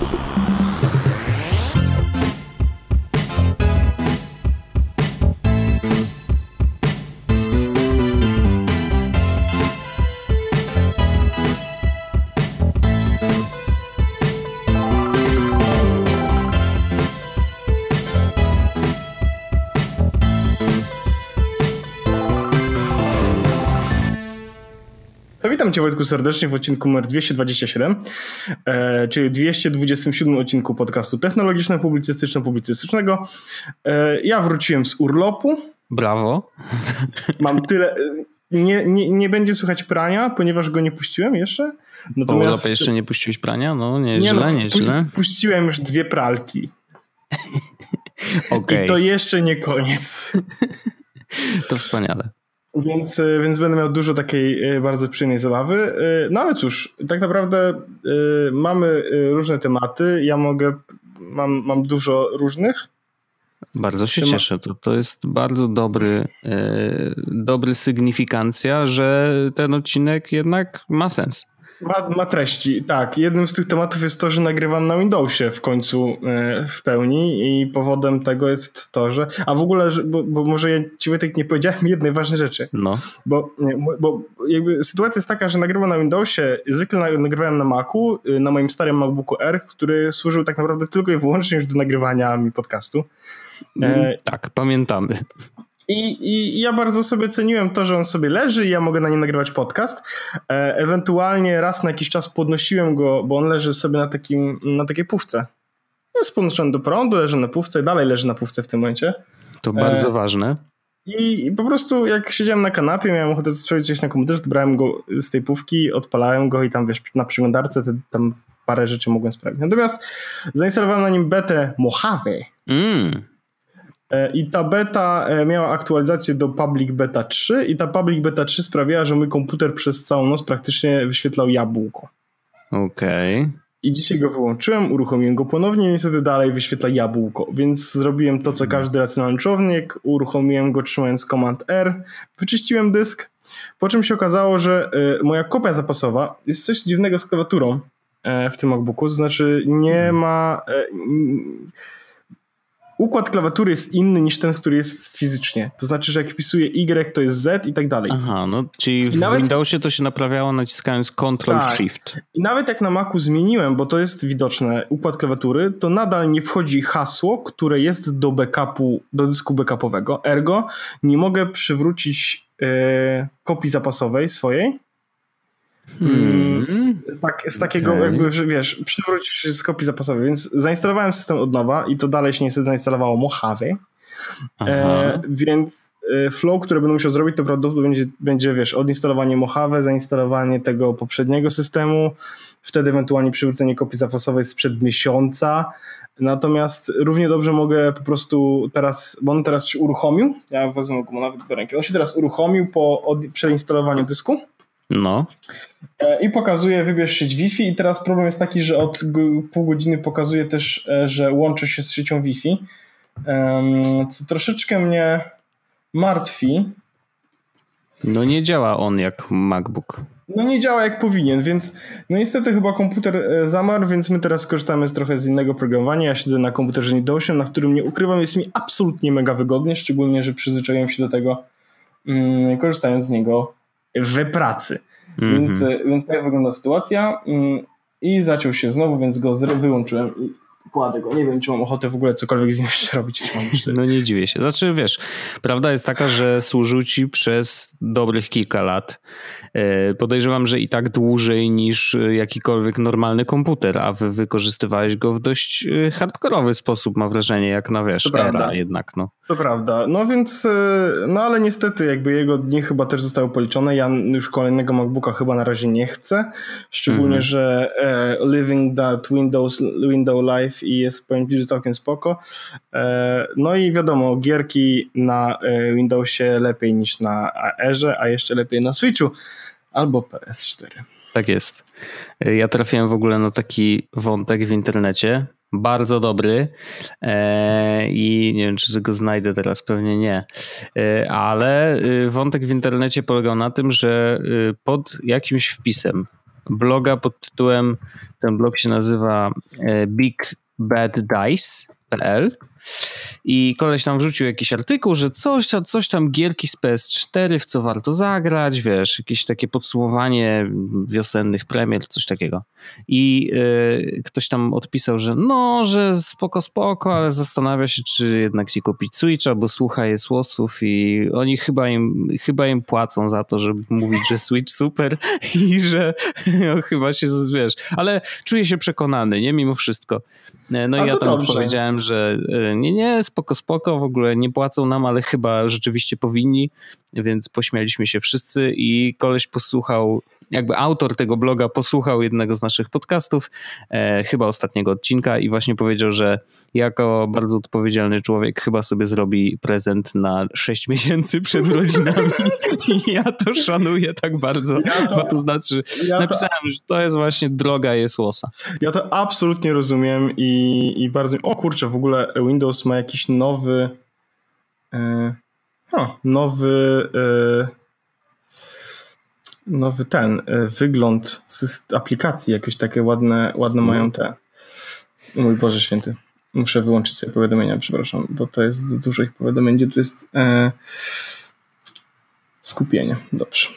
Witam Cię, Wojtku, serdecznie w odcinku numer 227, czyli 227 odcinku podcastu technologiczno-publicystyczno-publicystycznego. Ja wróciłem z urlopu. Brawo. Mam tyle... Nie będzie słychać prania, ponieważ go nie puściłem jeszcze. Natomiast... Po urlopie jeszcze nie puściłeś prania? No nieźle, nieźle. Puściłem już 2 pralki. Okay. I to jeszcze nie koniec. To wspaniale. Więc będę miał dużo takiej bardzo przyjemnej zabawy. No ale cóż, tak naprawdę mamy różne tematy. Ja mam dużo różnych. Bardzo się cieszę. To jest bardzo dobry sygnifikancja, że ten odcinek jednak ma sens. Ma treści, tak. Jednym z tych tematów jest to, że nagrywam na Windowsie w końcu w pełni i powodem tego jest to, że... A w ogóle, bo może ja Ci, Wojtek, nie powiedziałem jednej ważnej rzeczy. No. Bo jakby sytuacja jest taka, że nagrywam na Windowsie, zwykle nagrywałem na Macu, na moim starym MacBooku R, który służył tak naprawdę tylko i wyłącznie już do nagrywania mi podcastu. Tak, pamiętamy. I ja bardzo sobie ceniłem to, że on sobie leży i ja mogę na nim nagrywać podcast. Ewentualnie raz na jakiś czas podnosiłem go, bo on leży sobie na takiej półce. Jest podnoszony do prądu, leży na półce i dalej leży na półce w tym momencie. To bardzo ważne. I po prostu jak siedziałem na kanapie, miałem ochotę sprawdzić coś na komputerze, to brałem go z tej półki, odpalałem go i tam wiesz, na przeglądarce tam parę rzeczy mogłem sprawić. Natomiast zainstalowałem na nim betę Mojave. I ta beta miała aktualizację do Public Beta 3 i ta Public Beta 3 sprawiała, że mój komputer przez całą noc praktycznie wyświetlał jabłko. Okej. I dzisiaj go wyłączyłem, uruchomiłem go ponownie i niestety dalej wyświetla jabłko, więc zrobiłem to, co każdy racjonalny człowiek, uruchomiłem go trzymając Command R, wyczyściłem dysk, po czym się okazało, że moja kopia zapasowa jest coś dziwnego z klawiaturą w tym MacBooku, to znaczy nie ma... Układ klawiatury jest inny niż ten, który jest fizycznie. To znaczy, że jak wpisuję Y, to jest Z i tak dalej. Aha, no czyli w Windowsie to się naprawiało naciskając Ctrl-Shift. Tak. I nawet jak na Macu zmieniłem, bo to jest widoczne, układ klawiatury, to nadal nie wchodzi hasło, które jest do backupu, do dysku backupowego. Ergo nie mogę przywrócić kopii zapasowej swojej. Tak, z takiego jakby, wiesz, przywrócić z kopii zapasowej, więc zainstalowałem system od nowa i to dalej się niestety zainstalowało Mojave, więc flow, które będę musiał zrobić, to prawdopodobnie będzie, wiesz, odinstalowanie Mojave, zainstalowanie tego poprzedniego systemu, wtedy ewentualnie przywrócenie kopii zapasowej sprzed miesiąca. Natomiast równie dobrze mogę po prostu teraz, bo on teraz się uruchomił, ja wezmę go nawet do ręki, on się teraz uruchomił po przeinstalowaniu dysku. No. I pokazuje wybierz sieć Wi-Fi i teraz problem jest taki, że od pół godziny pokazuje też, że łączy się z siecią Wi-Fi, co troszeczkę mnie martwi. No nie działa on jak MacBook. No nie działa jak powinien, więc no niestety chyba komputer zamarł, więc my teraz korzystamy trochę z innego programowania. Ja siedzę na komputerze Windows 8, na którym nie ukrywam, jest mi absolutnie mega wygodnie, szczególnie, że przyzwyczaiłem się do tego, korzystając z niego w pracy. Więc tak wygląda sytuacja i zaciął się znowu, więc go wyłączyłem i kładę go. Nie wiem, czy mam ochotę w ogóle cokolwiek z nim jeszcze robić. No nie dziwię się. Znaczy wiesz, prawda jest taka, że służył ci przez dobrych kilka lat. Podejrzewam, że i tak dłużej niż jakikolwiek normalny komputer, a wykorzystywałeś go w dość hardkorowy sposób, mam wrażenie, jak na wiesz, era jednak. No. To prawda. No więc, no ale niestety jakby jego dni chyba też zostały policzone. Ja już kolejnego MacBooka chyba na razie nie chcę. Szczególnie, że living that window life i jest, powiem ci, że całkiem spoko. No i wiadomo, gierki na Windowsie lepiej niż na Airze, a jeszcze lepiej na Switchu albo PS4. Tak jest. Ja trafiłem w ogóle na taki wątek w internecie, bardzo dobry i nie wiem, czy go znajdę teraz, pewnie nie, ale wątek w internecie polegał na tym, że pod jakimś wpisem bloga pod tytułem, ten blog się nazywa bigbaddice.pl i koleś tam wrzucił jakiś artykuł, że coś tam gierki z PS4, w co warto zagrać, wiesz, jakieś takie podsumowanie wiosennych premier, coś takiego. I ktoś tam odpisał, że że spoko, ale zastanawia się, czy jednak nie kupić Switcha, bo słucha jest łosów i oni chyba im płacą za to, żeby mówić, że Switch super i że chyba się, wiesz, ale czuję się przekonany, nie, mimo wszystko. No i ja tam odpowiedziałem, że nie, spoko, w ogóle nie płacą nam, ale chyba rzeczywiście powinni, więc pośmialiśmy się wszyscy i koleś posłuchał, jakby autor tego bloga posłuchał jednego z naszych podcastów, chyba ostatniego odcinka i właśnie powiedział, że jako bardzo odpowiedzialny człowiek chyba sobie zrobi prezent na 6 miesięcy przed urodzinami i ja to szanuję tak bardzo, bo to znaczy napisałem, że to jest właśnie droga jest łosa. Ja to absolutnie rozumiem i bardzo... O kurczę, w ogóle Windows ma jakiś nowy wygląd aplikacji, jakieś takie ładne mają te. Mój Boże Święty. Muszę wyłączyć sobie powiadomienia, przepraszam, bo to jest dużo ich powiadomień, gdzie tu jest skupienie. Dobrze.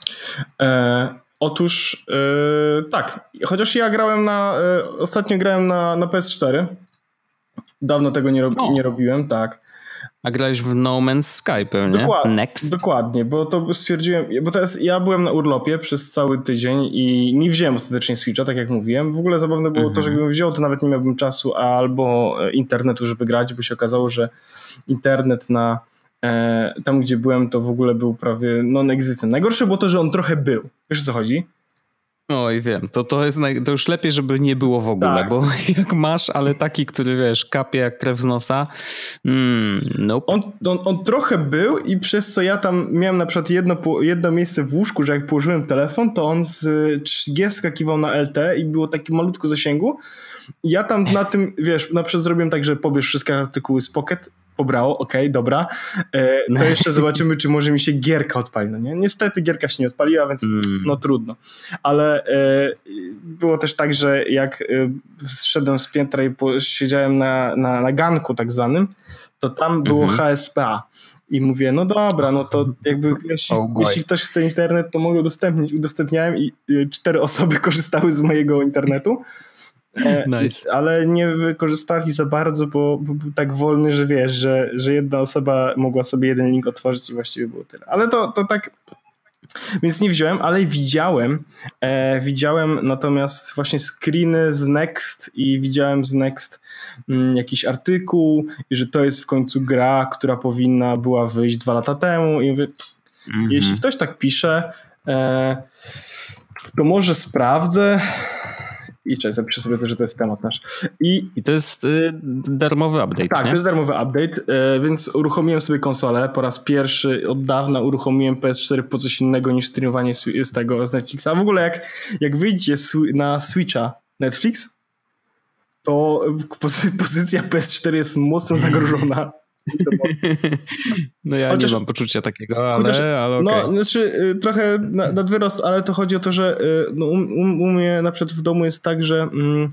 Otóż tak, chociaż ja ostatnio grałem na PS4. Dawno tego nie robiłem, tak. A grałeś w No Man's Sky pewnie? Dokładnie, bo to stwierdziłem, bo teraz ja byłem na urlopie przez cały tydzień i nie wziąłem ostatecznie Switcha, tak jak mówiłem. W ogóle zabawne było to, że gdybym wziął, to nawet nie miałbym czasu albo internetu, żeby grać, bo się okazało, że internet tam, gdzie byłem, to w ogóle był prawie non-existent. Najgorsze było to, że on trochę był. Wiesz, o co chodzi? Oj, wiem. To już lepiej, żeby nie było w ogóle, tak. Bo jak masz, ale taki, który wiesz, kapie jak krew z nosa, nope. On trochę był i przez co ja tam miałem na przykład jedno miejsce w łóżku, że jak położyłem telefon, to on z 3G wskakiwał na LTE i było takie malutko zasięgu. Ja tam na tym, wiesz, na przykład zrobiłem tak, że pobierz wszystkie artykuły z Pocket, pobrało, okej, dobra. To jeszcze zobaczymy, czy może mi się gierka odpali. No nie? Niestety gierka się nie odpaliła, więc trudno. Ale było też tak, że jak zszedłem z piętra i siedziałem na ganku tak zwanym, to tam było HSPA. I mówię, no dobra, no to jakby jeśli ktoś chce internet, to mogę udostępnić. Udostępniałem i 4 osoby korzystały z mojego internetu. Nice. Ale nie wykorzystali za bardzo, bo był tak wolny, że wiesz, że jedna osoba mogła sobie jeden link otworzyć i właściwie było tyle. Ale to tak, więc nie wziąłem, ale widziałem natomiast właśnie screeny z Next i widziałem z Next jakiś artykuł i że to jest w końcu gra, która powinna była wyjść 2 lata temu i mówię, jeśli ktoś tak pisze, to może sprawdzę. I czekaj, zapiszę sobie też, że to jest temat nasz. I to jest darmowy update, tak, nie? to jest darmowy update, więc uruchomiłem sobie konsolę. Po raz pierwszy od dawna uruchomiłem PS4 po coś innego niż streamowanie z Netflixa. A w ogóle jak wyjdzie na Switcha Netflix, to pozycja PS4 jest mocno zagrożona. No ja nie mam poczucia takiego, ale okej. No, znaczy trochę nad wyrost, ale to chodzi o to, że u mnie na przykład w domu jest tak, że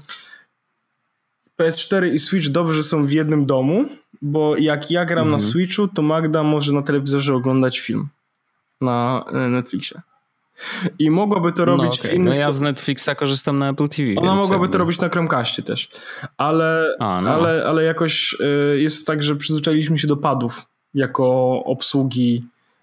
PS4 i Switch dobrze są w jednym domu, bo jak ja gram na Switchu, to Magda może na telewizorze oglądać film na Netflixie. I mogłaby to robić w inny sposób. Ja z Netflixa korzystam na Apple TV. Ona mogłaby to robić na Chromecastie też. Ale jakoś jest tak, że przyzwyczailiśmy się do padów jako obsługi.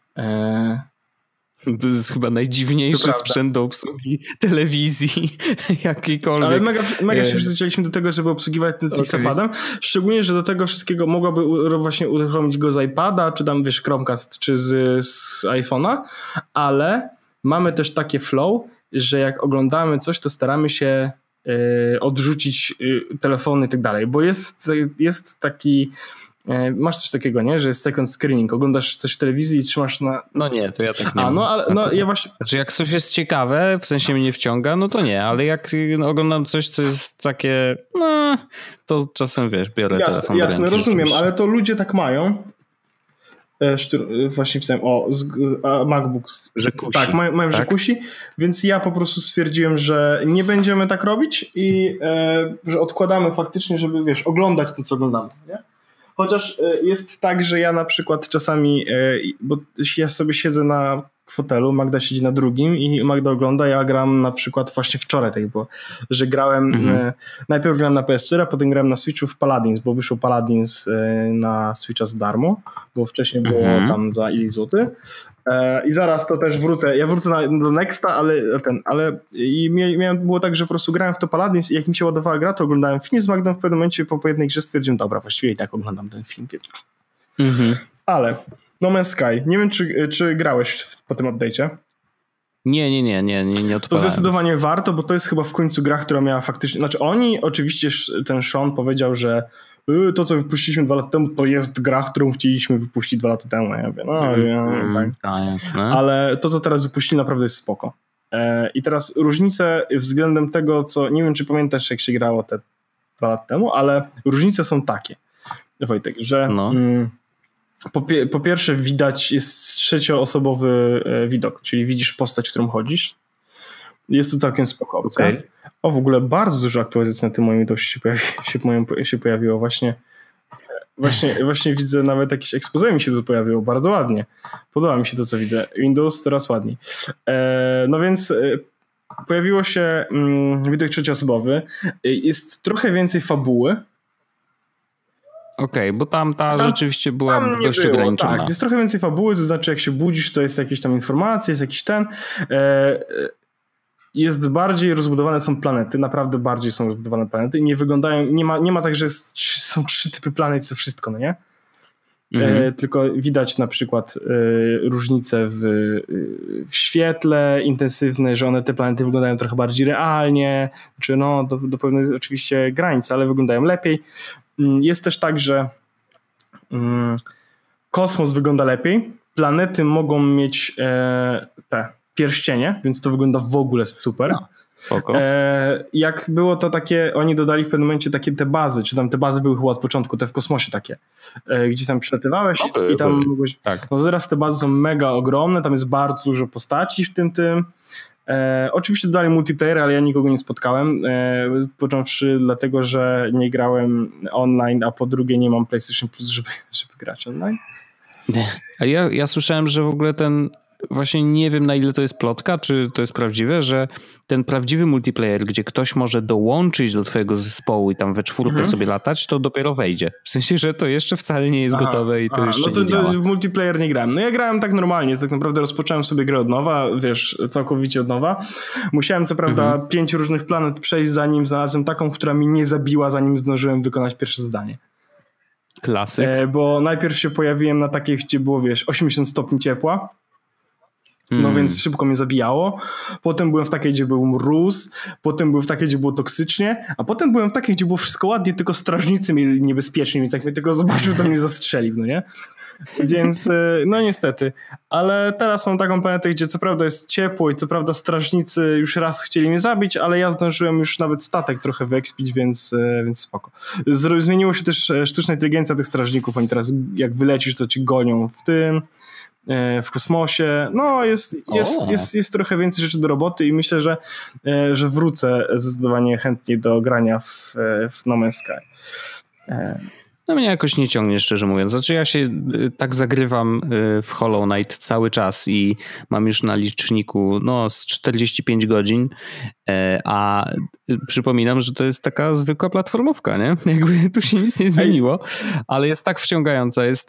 To jest chyba najdziwniejszy sprzęt do obsługi telewizji jakiejkolwiek. Ale mega się przyzwyczailiśmy do tego, żeby obsługiwać Netflixa padem. Szczególnie, że do tego wszystkiego mogłaby właśnie uruchomić go z iPada, czy tam wiesz Chromecast, czy z iPhone'a, ale mamy też takie flow, że jak oglądamy coś, to staramy się odrzucić telefony i tak dalej, bo jest taki masz coś takiego, nie? Że jest second screening, oglądasz coś w telewizji i trzymasz na... No nie, to ja tak nie mam. Ja właśnie... Znaczy jak coś jest ciekawe, w sensie mnie wciąga, no to nie, ale jak oglądam coś, co jest takie, to czasem wiesz, biorę telefon. Jasne, rozumiem, ale to ludzie tak mają. Właśnie pisałem, MacBook. Że kusi. Tak, mają, że kusi, więc ja po prostu stwierdziłem, że nie będziemy tak robić i że odkładamy faktycznie, żeby, wiesz, oglądać to, co oglądamy, nie? Chociaż jest tak, że ja na przykład czasami, bo ja sobie siedzę na fotelu, Magda siedzi na drugim i Magda ogląda, ja gram na przykład właśnie wczoraj tak było, że grałem, najpierw grałem na PS4, a potem grałem na Switchu w Paladins, bo wyszło Paladins na Switcha za darmo, bo wcześniej było tam za ileś złotych. I zaraz to też wrócę, ja wrócę do Nexta, było tak, że po prostu grałem w to Paladins i jak mi się ładowała gra, to oglądałem film z Magdą, w pewnym momencie po jednej grze stwierdziłem, dobra, właściwie i tak oglądam ten film. Ale No Man's Sky, nie wiem czy grałeś po tym update'cie? Nie odpalałem. To zdecydowanie warto, bo to jest chyba w końcu gra, która miała faktycznie, znaczy oczywiście ten Sean powiedział, że to, co wypuściliśmy 2 lata temu, to jest gra, którą chcieliśmy wypuścić 2 lata temu. Ja mówię, tak. Ale to, co teraz wypuścili, naprawdę jest spoko. I teraz różnice względem tego, co, nie wiem, czy pamiętasz, jak się grało te 2 lata temu, ale różnice są takie, Wojtek, że po pierwsze widać, jest trzecioosobowy widok, czyli widzisz postać, którą chodzisz. Jest to całkiem spoko opcja. Okay. W ogóle bardzo dużo aktualizacji na tym moim Windowsie się pojawiło właśnie. Właśnie widzę, nawet jakieś expose mi się to pojawiło, bardzo ładnie. Podoba mi się to, co widzę. Windows coraz ładniej. No więc pojawiło się widok trzecioosobowy. Jest trochę więcej fabuły. Okej, bo tam rzeczywiście była dość ograniczona. Tak, jest trochę więcej fabuły, to znaczy jak się budzisz, to jest jakieś tam informacje, jest jakiś jest bardziej rozbudowane są planety, naprawdę bardziej są rozbudowane planety i nie wyglądają, nie ma tak, że są 3 typy planet i to wszystko, no nie? Tylko widać na przykład różnice w świetle intensywne, że te planety wyglądają trochę bardziej realnie, czy do pewnej oczywiście granicy, ale wyglądają lepiej. Jest też tak, że kosmos wygląda lepiej, planety mogą mieć te pierścienie, więc to wygląda w ogóle super. Jak było to takie, oni dodali w pewnym momencie takie te bazy, czy tam te bazy były chyba od początku, te w kosmosie takie, gdzie tam przylatywałeś i tam mogłeś... Tak. No teraz te bazy są mega ogromne, tam jest bardzo dużo postaci w tym. Oczywiście dodali multiplayer, ale ja nikogo nie spotkałem, począwszy dlatego, że nie grałem online, a po drugie nie mam PlayStation Plus, żeby grać online. A ja słyszałem, że w ogóle właśnie nie wiem, na ile to jest plotka, czy to jest prawdziwe, że ten prawdziwy multiplayer, gdzie ktoś może dołączyć do twojego zespołu i tam we 4 sobie latać, to dopiero wejdzie. W sensie, że to jeszcze wcale nie jest gotowe i to jeszcze nie działa. W multiplayer nie grałem. No ja grałem tak normalnie, tak naprawdę rozpocząłem sobie grę od nowa, całkowicie od nowa. Musiałem co prawda 5 różnych planet przejść, zanim znalazłem taką, która mi nie zabiła, zanim zdążyłem wykonać pierwsze zadanie. Klasyk. Bo najpierw się pojawiłem na takiej, gdzie było 80 stopni ciepła. No więc szybko mnie zabijało. Potem byłem w takiej, gdzie był mróz. Potem byłem w takiej, gdzie było toksycznie. A potem byłem w takiej, gdzie było wszystko ładnie, tylko strażnicy mieli niebezpiecznie, więc jak mnie tylko zobaczył, to mnie zastrzelił, no nie? Więc no niestety. Ale teraz mam taką planetę, gdzie co prawda jest ciepło i co prawda strażnicy już raz chcieli mnie zabić, ale ja zdążyłem już nawet statek trochę wyekspić, więc spoko. Zmieniło się też sztuczna inteligencja tych strażników. Oni teraz jak wylecisz, to ci gonią w kosmosie. No jest trochę więcej rzeczy do roboty i myślę, że wrócę zdecydowanie chętniej do grania w No Man's Sky. No mnie jakoś nie ciągnie, szczerze mówiąc. Znaczy ja się tak zagrywam w Hollow Knight cały czas i mam już na liczniku z 45 godzin, a przypominam, że to jest taka zwykła platformówka, nie? Jakby tu się nic nie zmieniło, ale jest tak wciągająca, jest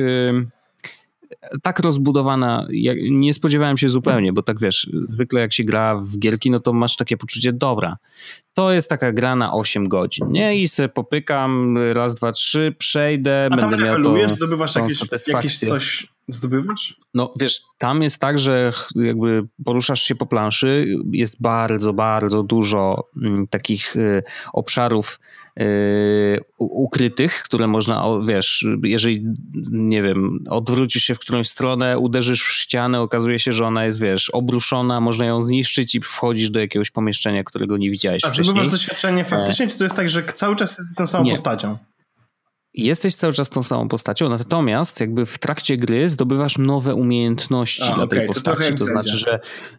tak rozbudowana, nie spodziewałem się zupełnie, bo tak wiesz, zwykle jak się gra w gierki, no to masz takie poczucie, dobra, to jest taka gra na 8 godzin, nie? I sobie popykam, raz, dwa, trzy, przejdę, a będę miał to... zdobywasz jakieś coś, zdobywasz? No wiesz, tam jest tak, że jakby poruszasz się po planszy, jest bardzo, bardzo dużo takich obszarów ukrytych, które można, wiesz, jeżeli, nie wiem, odwrócisz się w którąś stronę, uderzysz w ścianę, okazuje się, że ona jest, wiesz, obruszona, można ją zniszczyć i wchodzisz do jakiegoś pomieszczenia, którego nie widziałeś wcześniej. A zdobywasz doświadczenie faktycznie, czy to jest tak, że cały czas jesteś tą samą postacią? jesteś cały czas tą samą postacią, natomiast jakby w trakcie gry zdobywasz nowe umiejętności dla tej postaci. To znaczy, że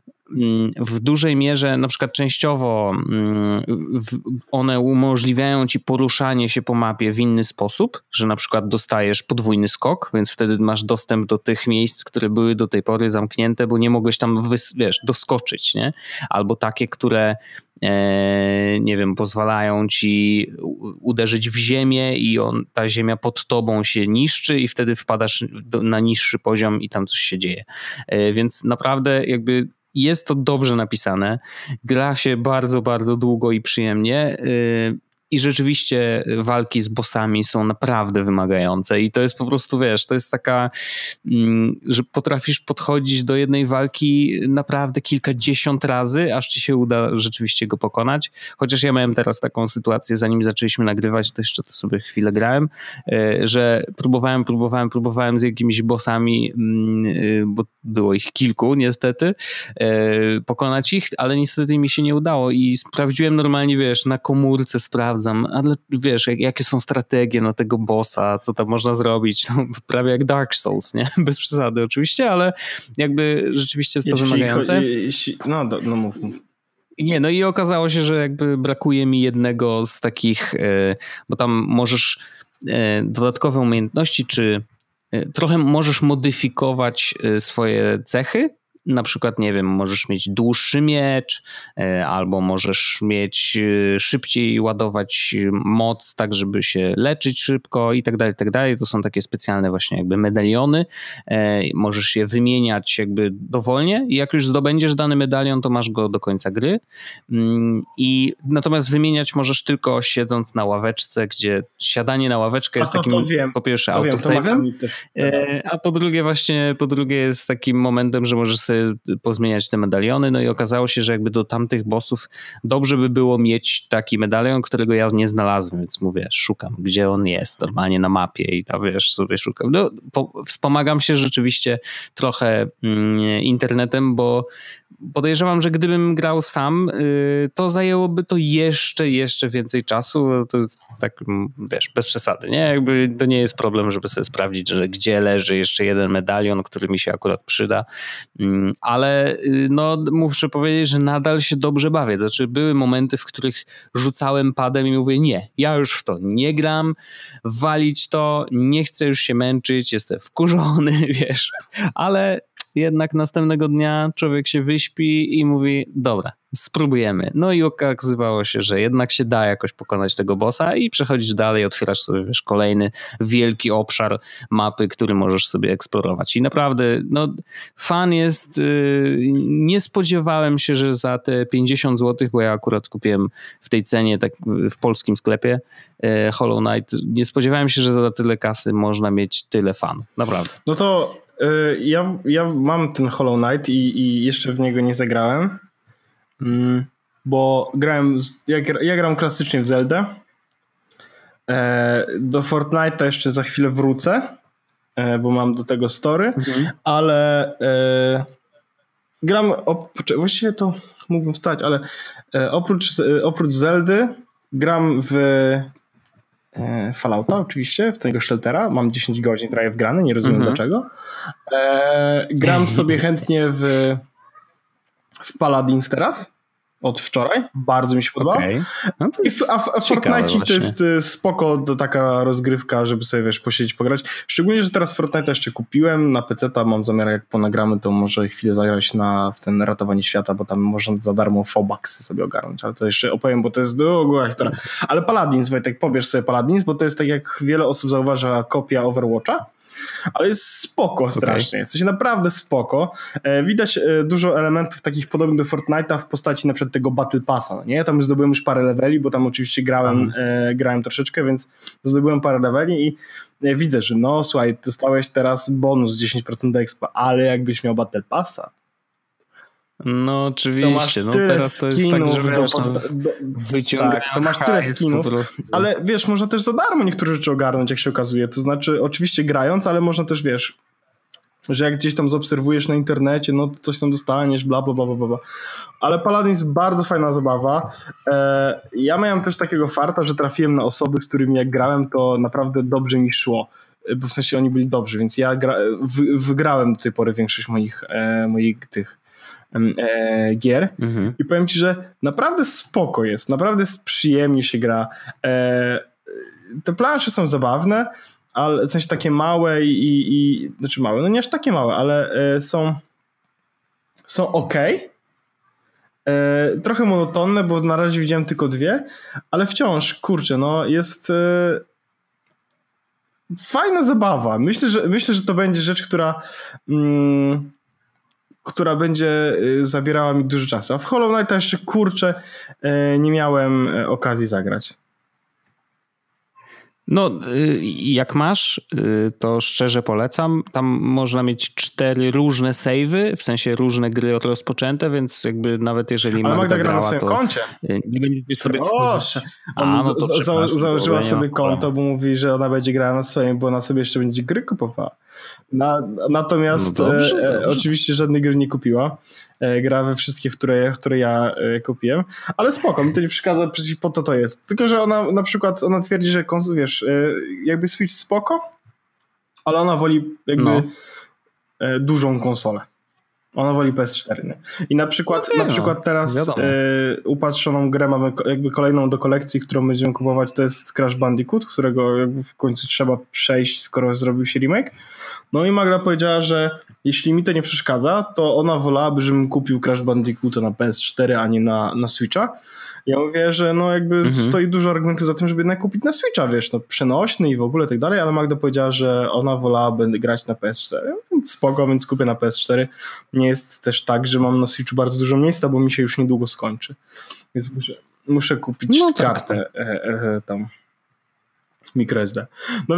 w dużej mierze, na przykład częściowo one umożliwiają ci poruszanie się po mapie w inny sposób, że na przykład dostajesz podwójny skok, więc wtedy masz dostęp do tych miejsc, które były do tej pory zamknięte, bo nie mogłeś tam doskoczyć, nie? Albo takie, które nie wiem, pozwalają ci uderzyć w ziemię i ta ziemia pod tobą się niszczy i wtedy wpadasz na niższy poziom i tam coś się dzieje. Więc naprawdę jakby jest to dobrze napisane. Gra się bardzo, bardzo długo i przyjemnie. I rzeczywiście walki z bossami są naprawdę wymagające i to jest po prostu, wiesz, to jest taka, że potrafisz podchodzić do jednej walki naprawdę kilkadziesiąt razy, aż ci się uda rzeczywiście go pokonać. Chociaż ja miałem teraz taką sytuację, zanim zaczęliśmy nagrywać, to jeszcze to sobie chwilę grałem, że próbowałem z jakimiś bossami, bo było ich kilku niestety, pokonać ich, ale niestety mi się nie udało i sprawdziłem normalnie, wiesz, na komórce sprawdzam, ale wiesz, jakie są strategie na tego bossa, co tam można zrobić, no, prawie jak Dark Souls, nie? Bez przesady oczywiście, ale jakby rzeczywiście jest to wymagające. No mów. Nie, no i okazało się, że jakby brakuje mi jednego z takich, bo tam możesz dodatkowe umiejętności, czy trochę możesz modyfikować swoje cechy. Na przykład, nie wiem, możesz mieć dłuższy miecz, albo możesz mieć szybciej ładować moc, tak żeby się leczyć szybko i tak dalej, tak dalej. To są takie specjalne właśnie jakby medaliony. Możesz je wymieniać jakby dowolnie i jak już zdobędziesz dany medalion, to masz go do końca gry. I natomiast wymieniać możesz tylko siedząc na ławeczce, gdzie siadanie na ławeczkę jest takim, po pierwsze, autosave'em, a po drugie jest takim momentem, że możesz sobie pozmieniać te medaliony, no i okazało się, że jakby do tamtych bossów dobrze by było mieć taki medalion, którego ja nie znalazłem, więc mówię, szukam, gdzie on jest, normalnie na mapie i tam, wiesz, sobie szukam. No, wspomagam się rzeczywiście trochę internetem, bo podejrzewam, że gdybym grał sam, to zajęłoby to jeszcze więcej czasu. To jest tak, wiesz, bez przesady, nie? Jakby to nie jest problem, żeby sobie sprawdzić, że gdzie leży jeszcze jeden medalion, który mi się akurat przyda. Ale no, muszę powiedzieć, że nadal się dobrze bawię. Znaczy były momenty, w których rzucałem padem i mówię, nie, ja już w to nie gram, walić to, nie chcę już się męczyć, jestem wkurzony, wiesz, ale jednak następnego dnia człowiek się wyśpi i mówi, dobra, spróbujemy. No i okazywało się, że jednak się da jakoś pokonać tego bossa i przechodzisz dalej, otwierasz sobie, wiesz, kolejny wielki obszar mapy, który możesz sobie eksplorować. I naprawdę, no, fan jest, nie spodziewałem się, że za te 50 zł, bo ja akurat kupiłem w tej cenie, tak w polskim sklepie Hollow Knight, nie spodziewałem się, że za tyle kasy można mieć tyle fan. Naprawdę. No to ja mam ten Hollow Knight i jeszcze w niego nie zagrałem, bo ja gram klasycznie w Zeldę. Do Fortnite'a jeszcze za chwilę wrócę, bo mam do tego story, ale gram, właściwie to mógłbym wstać, ale oprócz Zeldy gram w Fallouta oczywiście, w tego Sheltera. Mam 10 godzin prawie wgrane, nie rozumiem dlaczego. Gram sobie chętnie w Paladins teraz. Od wczoraj. Bardzo mi się podobało. Okay. No a Fortnite to jest spoko, to taka rozgrywka, żeby sobie, wiesz, posiedzieć, pograć. Szczególnie, że teraz Fortnite jeszcze kupiłem na PC-ta. Mam zamiar, jak ponagramy, to może chwilę zagrać w ten ratowanie świata, bo tam można za darmo Fobaksy sobie ogarnąć. Ale to jeszcze opowiem, bo to jest długa historia. Ale Paladins, Wojtek, pobierz sobie Paladins, bo to jest, tak jak wiele osób zauważa, kopia Overwatcha. Ale jest spoko strasznie. Okay. W sensie naprawdę spoko. Widać dużo elementów takich podobnych do Fortnite'a w postaci na przykład tego Battle Passa. No nie? Ja tam zdobyłem już parę leveli, bo tam oczywiście grałem troszeczkę, więc zdobyłem parę leveli i widzę, że no słuchaj, dostałeś teraz bonus 10% do expa, ale jakbyś miał Battle Passa, no oczywiście, no teraz to jest tak, że wyciągają to masz tyle skinów, ale wiesz, można też za darmo niektóre rzeczy ogarnąć, jak się okazuje, to znaczy oczywiście grając, ale można też, wiesz, że jak gdzieś tam zaobserwujesz na internecie, no to coś tam dostaniesz, bla, bla, bla, bla, bla. Ale Paladin jest bardzo fajna zabawa. Ja miałem też takiego farta, że trafiłem na osoby, z którymi jak grałem, to naprawdę dobrze mi szło. Bo w sensie oni byli dobrzy, więc ja wygrałem do tej pory większość moich tych gier. I powiem ci, że naprawdę spoko jest, naprawdę przyjemnie się gra. Te plansze są zabawne, ale w sensie takie małe znaczy małe, no nie aż takie małe, ale są okej. Trochę monotonne, bo na razie widziałem tylko 2, ale wciąż, kurczę, no jest fajna zabawa. Myślę, że to będzie rzecz, która będzie zabierała mi dużo czasu. A w Hollow Knighta jeszcze, kurczę, nie miałem okazji zagrać. No, jak masz, to szczerze polecam. Tam można mieć 4 różne save'y, w sensie różne gry rozpoczęte, więc jakby nawet jeżeli Magda gra na swoim koncie. Nie będziecie sobie... Proszę. Założyła sobie konto, bo mówi, że ona będzie grała na swoim, bo ona sobie jeszcze będzie gry kupowała. Natomiast no dobrze. Oczywiście żadnej gry nie kupiła. Gra we wszystkie, które ja kupiłem. Ale spoko, mi to nie przeszkadza, po to jest. Tylko, że ona na przykład, ona twierdzi, że wiesz, jakby Switch spoko, ale ona woli jakby dużą konsolę. Ona woli PS4, nie? I na przykład teraz upatrzoną grę mamy jakby kolejną do kolekcji, którą będziemy kupować, to jest Crash Bandicoot, którego jakby w końcu trzeba przejść, skoro zrobił się remake. No i Magda powiedziała, że jeśli mi to nie przeszkadza, to ona wolałaby, żebym kupił Crash Bandicoota na PS4, a nie na Switcha. Ja mówię, że no jakby stoi dużo argumentów za tym, żeby jednak kupić na Switcha, wiesz, no przenośny i w ogóle tak dalej, ale Magda powiedziała, że ona wolałaby grać na PS4, więc spoko, więc kupię na PS4. Nie jest też tak, że mam na Switchu bardzo dużo miejsca, bo mi się już niedługo skończy. Więc muszę kupić kartę tam microSD. No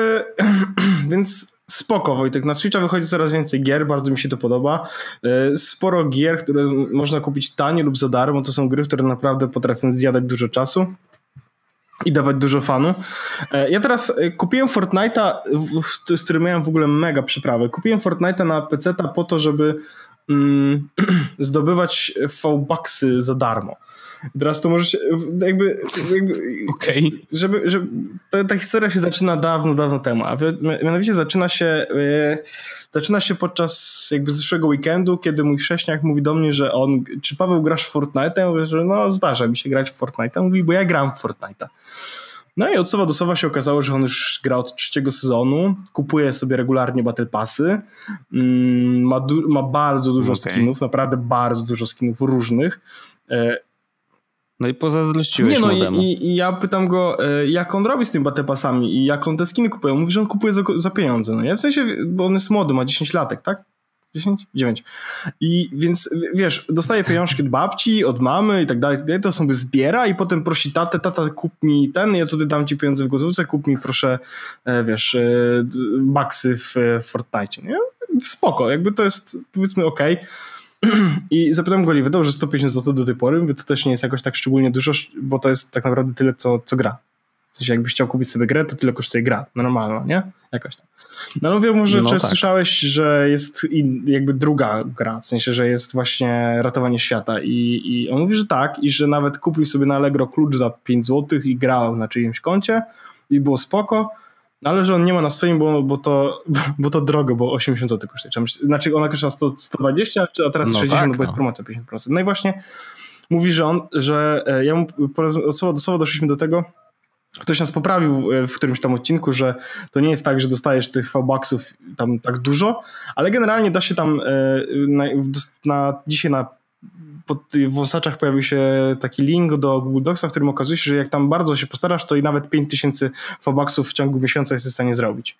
więc spoko, Wojtek. Na Switcha wychodzi coraz więcej gier, bardzo mi się to podoba. Sporo gier, które można kupić tanie lub za darmo. To są gry, które naprawdę potrafią zjadać dużo czasu i dawać dużo fanu. Ja teraz kupiłem Fortnite'a, z którym miałem w ogóle mega przyprawę. Kupiłem Fortnite'a na PC-ta po to, żeby zdobywać V-Bucksy za darmo. Teraz to możesz jakby żeby ta historia się zaczyna dawno temu, a mianowicie zaczyna się podczas jakby zeszłego weekendu, kiedy mój chrześniak mówi do mnie, że czy Paweł grasz w Fortnite? Ja mówię, że no zdarza mi się grać w Fortnite. Mówi, bo ja gram w Fortnite'a. No i od słowa do słowa się okazało, że on już gra od 3 sezonu, kupuje sobie regularnie Battle Passy, ma bardzo dużo skinów, naprawdę bardzo dużo skinów różnych. No i pozazdrościłeś młodemu. I ja pytam go, jak on robi z tymi Battle Passami i jak on te skiny kupuje. On mówi, że on kupuje za pieniądze. No nie? W sensie, bo on jest młody, ma 10 latek, tak? 10? 9. I więc wiesz, dostaje pieniążki od babci, od mamy i tak dalej, to sobie zbiera i potem prosi tatę, tata kup mi ja tutaj dam ci pieniądze w gotówce, kup mi proszę, wiesz, baksy w Fortnite, nie? Spoko, jakby to jest powiedzmy okej. I zapytałem go, ile wydał, że 150 zł do tej pory. Mówię, to też nie jest jakoś tak szczególnie dużo, bo to jest tak naprawdę tyle, co gra. W sensie, jakbyś chciał kupić sobie grę, to tyle kosztuje gra. Normalna, nie? Jakaś tam. No ale mówię mu, że czy słyszałeś, że jest jakby druga gra, w sensie, że jest właśnie ratowanie świata i on mówi, że tak i że nawet kupił sobie na Allegro klucz za 5 zł i grał na czyimś koncie i było spoko, ale że on nie ma na swoim, bo to drogo, bo 80 zł kosztuje. Znaczy ona kosztuje 120, a teraz 60, bo jest promocja 50%. No i właśnie mówi, że ja mu od słowa do słowa doszliśmy do tego, ktoś nas poprawił w którymś tam odcinku, że to nie jest tak, że dostajesz tych V-Bucksów tam tak dużo, ale generalnie da się tam dzisiaj pod wąsaczach pojawił się taki link do Google Docsa, w którym okazuje się, że jak tam bardzo się postarasz, to i nawet 5000 V-Bucksów w ciągu miesiąca jest w stanie zrobić.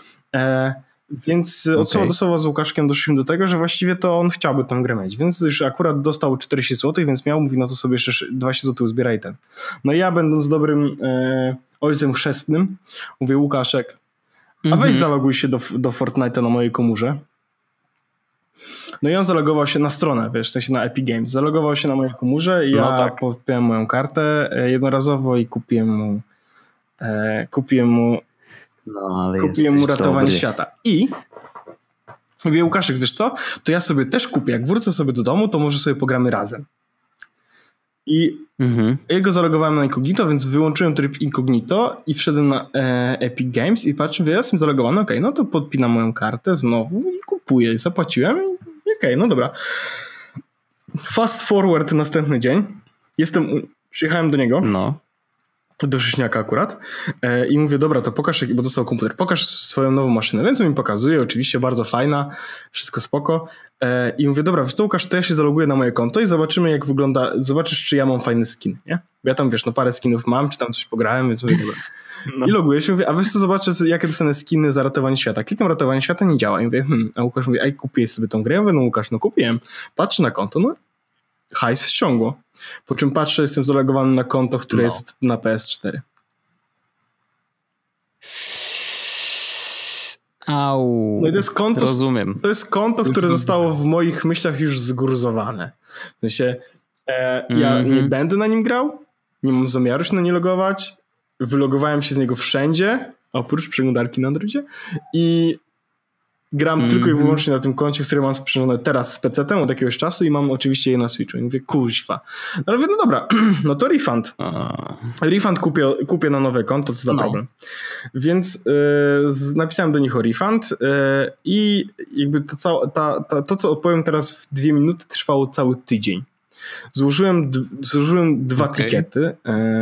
Więc od słowa do słowa z Łukaszkiem doszliśmy do tego, że właściwie to on chciałby tę grę mieć, więc już akurat dostał 40 zł, więc mówi, no to sobie jeszcze 20 zł uzbieraj ten. No i ja będąc dobrym ojcem chrzestnym, mówię, Łukaszek, a weź zaloguj się do Fortnite'a na mojej komórze. No i on zalogował się na stronę, wiesz, w sensie na Epic Games. Zalogował się na mojej komórze i ja podpiąłem moją kartę jednorazowo i kupiłem mu ratowanie świata. I Mówię, Łukaszek, wiesz co, to ja sobie też kupię, jak wrócę sobie do domu, to może sobie pogramy razem. I ja go zalogowałem na incognito, więc wyłączyłem tryb incognito i wszedłem na Epic Games i patrzę, ja jestem zalogowany, okej, no to podpinam moją kartę znowu i kupuję. Zapłaciłem i okej, no dobra. Fast forward następny dzień. Przyjechałem do niego. No. Do Szyśniaka akurat i mówię, dobra, to pokaż, bo dostał komputer, pokaż swoją nową maszynę, więc on mi pokazuje, oczywiście bardzo fajna, wszystko spoko i mówię, dobra, wiesz co, Łukasz, to ja się zaloguję na moje konto i zobaczymy, jak wygląda, zobaczysz, czy ja mam fajny skin, nie? Bo ja tam, wiesz, no parę skinów mam, czy tam coś pograłem, więc mówię, dobra. No. I loguję się, mówię, a wiesz co, zobaczę, jakie dostanę skiny za ratowanie świata. Klikam ratowanie świata, nie działa i mówię, a Łukasz mówi, ej, kupiłeś sobie tą grę? Ja mówię, no Łukasz, no kupiłem. Patrzę na konto, no hajs ściągło. Po czym patrzę, jestem zalogowany na konto, które jest na PS4. Au. No i to jest konto, rozumiem. To jest konto, które zostało w moich myślach już zgurzowane. W sensie ja nie będę na nim grał, nie mam zamiaru się na nie logować, wylogowałem się z niego wszędzie, oprócz przeglądarki na Androidzie i gram tylko i wyłącznie na tym koncie, które mam sprzężone teraz z PC-tem od jakiegoś czasu i mam oczywiście je na Switchu. I mówię, kuźwa. No ale mówię, no dobra, no to refund. Refund kupię na nowe konto, co za problem. Więc napisałem do nich o refund i jakby to, co odpowiem teraz w 2 minuty, trwało cały tydzień. Złożyłem 2 tykiety.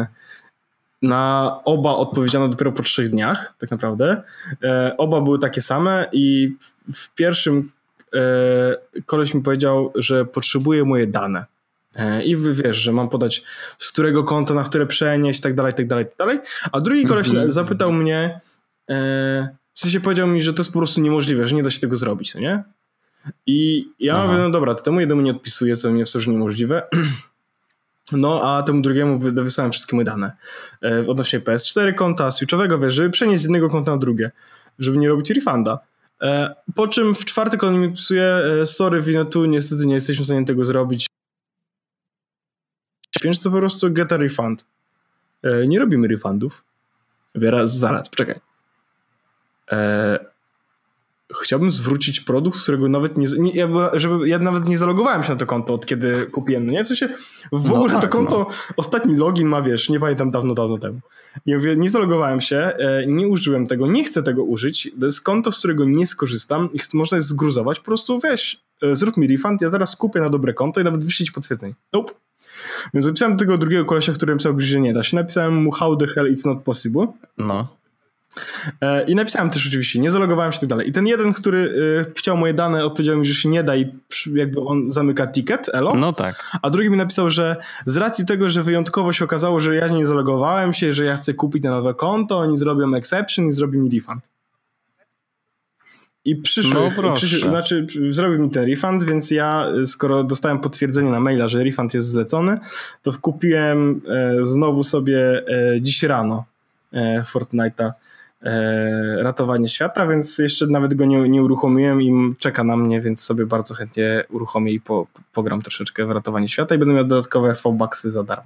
Na oba odpowiedziano dopiero po 3 dniach, tak naprawdę. Oba były takie same i w pierwszym koleś mi powiedział, że potrzebuje moje dane. I wiesz, że mam podać z którego konta, na które przenieść, tak dalej, tak dalej, tak dalej. A drugi koleś zapytał mnie, w sensie powiedział mi, że to jest po prostu niemożliwe, że nie da się tego zrobić, no nie? I ja mówię, no dobra, to temu jednemu nie odpisuję, co mi absolutnie niemożliwe. No, a temu drugiemu wysłałem wszystkie moje dane odnośnie PS4 konta, Switchowego, wiesz, żeby przenieść z jednego konta na drugie, żeby nie robić refunda. Po czym w czwartek on mi pisuje, sorry Winnetou, niestety nie jesteśmy w stanie tego zrobić. Więc to po prostu get a refund. Nie robimy refundów. Zaraz, poczekaj. Chciałbym zwrócić produkt, z którego nawet ja nawet nie zalogowałem się na to konto, od kiedy kupiłem. No nie? W sensie w ogóle to konto, ostatni login ma, wiesz, nie pamiętam, dawno temu. I mówię, nie zalogowałem się, nie użyłem tego, nie chcę tego użyć. To jest konto, z którego nie skorzystam i można je zgruzować. Po prostu weź, zrób mi refund, ja zaraz kupię na dobre konto i nawet wyślij ci potwierdzenie. Nope. Więc napisałem do tego drugiego kolesia, który napisał, że nie da się. Napisałem mu how the hell it's not possible. No. I napisałem też oczywiście, nie zalogowałem się i tak dalej. I ten jeden, który chciał moje dane, odpowiedział mi, że się nie da i jakby on zamyka ticket, elo. No tak. A drugi mi napisał, że z racji tego, że wyjątkowo się okazało, że ja nie zalogowałem się, że ja chcę kupić na nowe konto, oni zrobią exception i zrobią mi refund. I zrobił mi ten refund, więc ja, skoro dostałem potwierdzenie na maila, że refund jest zlecony, to kupiłem znowu sobie dziś rano Fortnite'a ratowanie świata, więc jeszcze nawet go nie uruchomiłem i czeka na mnie, więc sobie bardzo chętnie uruchomię i pogram troszeczkę w ratowanie świata i będę miał dodatkowe V-Bucksy za darmo.